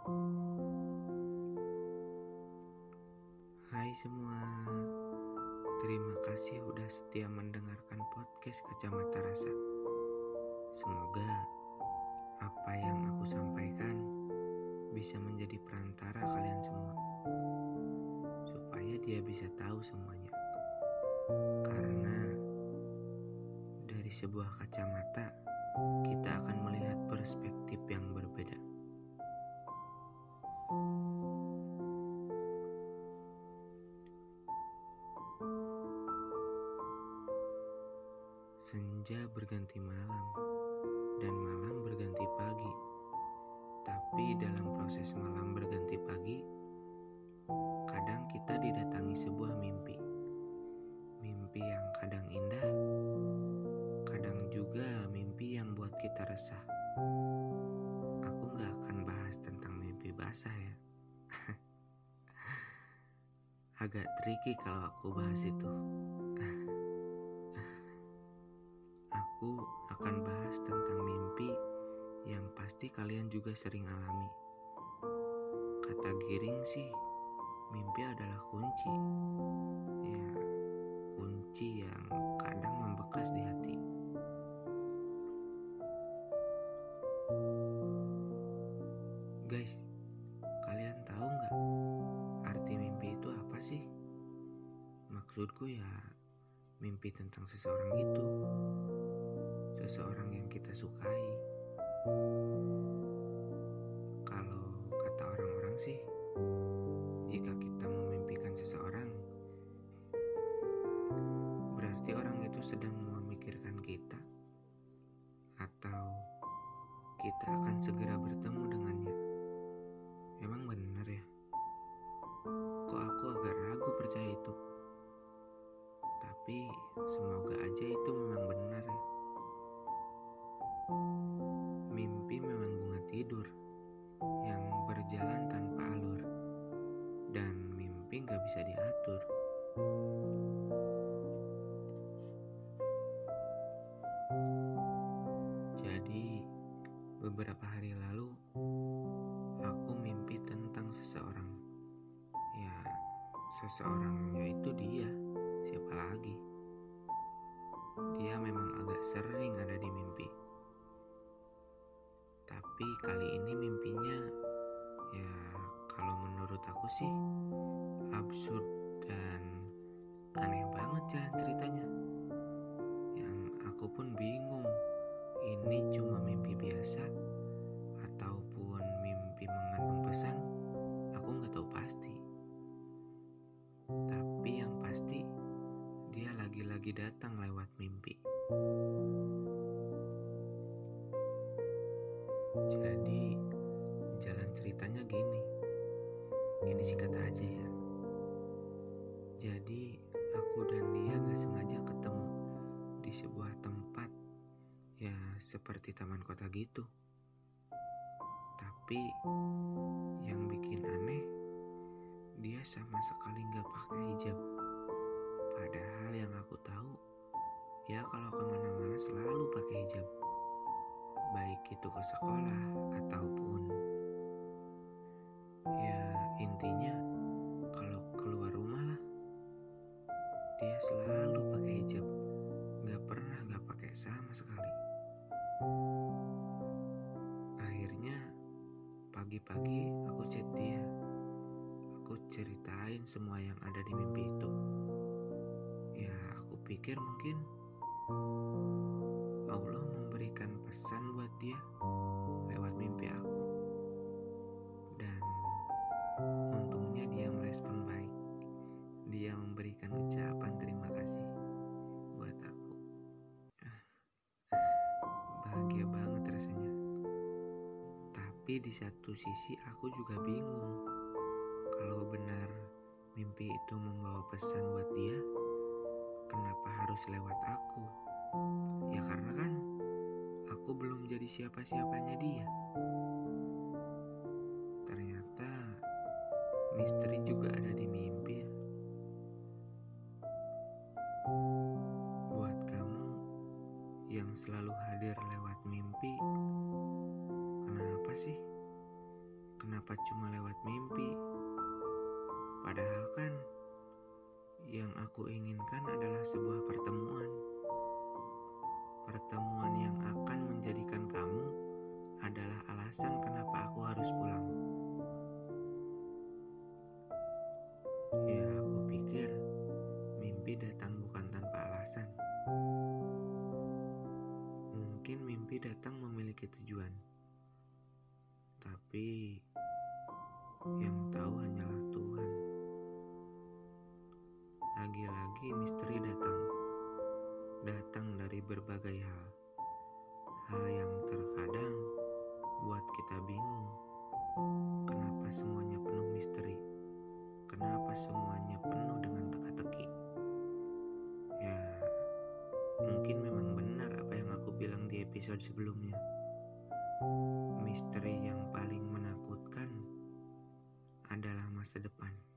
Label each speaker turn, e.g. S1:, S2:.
S1: Hai semua, terima kasih udah setia mendengarkan podcast Kacamata Rasa. Semoga apa yang aku sampaikan bisa menjadi perantara kalian semua, supaya dia bisa tahu semuanya. Karena dari sebuah kacamata, kita akan melihat perspektif yang berbeda. Senja berganti malam, dan malam berganti pagi. Tapi dalam proses malam berganti pagi, kadang kita didatangi sebuah mimpi. Mimpi yang kadang indah, kadang juga mimpi yang buat kita resah. Aku gak akan bahas tentang mimpi basah ya. Agak tricky kalau aku bahas itu. Aku akan bahas tentang mimpi yang pasti kalian juga sering alami. Kata Giring sih, mimpi adalah kunci. Ya, kunci yang kadang membekas di hati. Guys, kalian tahu nggak arti mimpi itu apa sih? Maksudku ya, mimpi tentang seseorang itu, seseorang yang kita sukai. Kalau kata orang-orang sih, jika kita memimpikan seseorang, berarti orang itu sedang memikirkan kita, atau kita akan segera bertemu dengannya. Emang benar ya? Kok aku agak ragu percaya itu? Tapi semoga aja itu memang benar ya. Mimpi memang bunga tidur yang berjalan tanpa alur, dan mimpi gak bisa diatur. Jadi beberapa hari lalu aku mimpi tentang seseorang. Ya, seseorangnya itu dia. Siapa lagi? Dia memang agak sering ada di mimpi. Tapi kali ini mimpinya, ya kalau menurut aku sih absurd dan aneh banget jalan ceritanya. Yang aku pun bingung, ini cuma mimpi biasa ataupun mimpi mengandung pesan. Aku gak tahu pasti. Tapi yang pasti dia lagi-lagi datang lewat mimpi. Jadi jalan ceritanya gini. Ini singkat aja ya. Jadi aku dan dia gak sengaja ketemu di sebuah tempat, ya seperti taman kota gitu. Tapi yang bikin aneh, dia sama sekali gak pakai hijab. Padahal yang aku tahu, ya kalau kemana-mana selalu pakai hijab, baik itu ke sekolah ataupun ya intinya kalau keluar rumah lah, dia selalu pakai hijab, gak pernah gak pakai sama sekali. Akhirnya pagi-pagi aku chat dia, aku ceritain semua yang ada di mimpi itu. Ya aku pikir mungkin Allah memberikan pesan buat dia lewat mimpi aku. Dan untungnya dia merespon baik. Dia memberikan ucapan terima kasih buat aku. Bahagia banget rasanya. Tapi di satu sisi aku juga bingung. Kalau benar mimpi itu membawa pesan buat dia, kenapa harus lewat aku? Ya karena kan aku belum jadi siapa-siapanya dia. Ternyata misteri juga ada di mimpi ya. Buat kamu yang selalu hadir lewat mimpi, kenapa sih? kenapa cuma lewat mimpi? Padahal kan yang aku inginkan adalah sebuah pertemuan. Pertemuan yang akan menjadikan kamu adalah alasan kenapa aku harus pulang. Ya, aku pikir mimpi datang bukan tanpa alasan. Mungkin mimpi datang memiliki tujuan. Tapi yang tahu hanyalah Tuhan. Lagi-lagi misteri datang. Datang dari berbagai hal. Hal yang terkadang buat kita bingung. Kenapa semuanya penuh misteri? Kenapa semuanya penuh dengan teka-teki? Ya, mungkin memang benar apa yang aku bilang di episode sebelumnya. Misteri yang paling menakutkan adalah masa depan.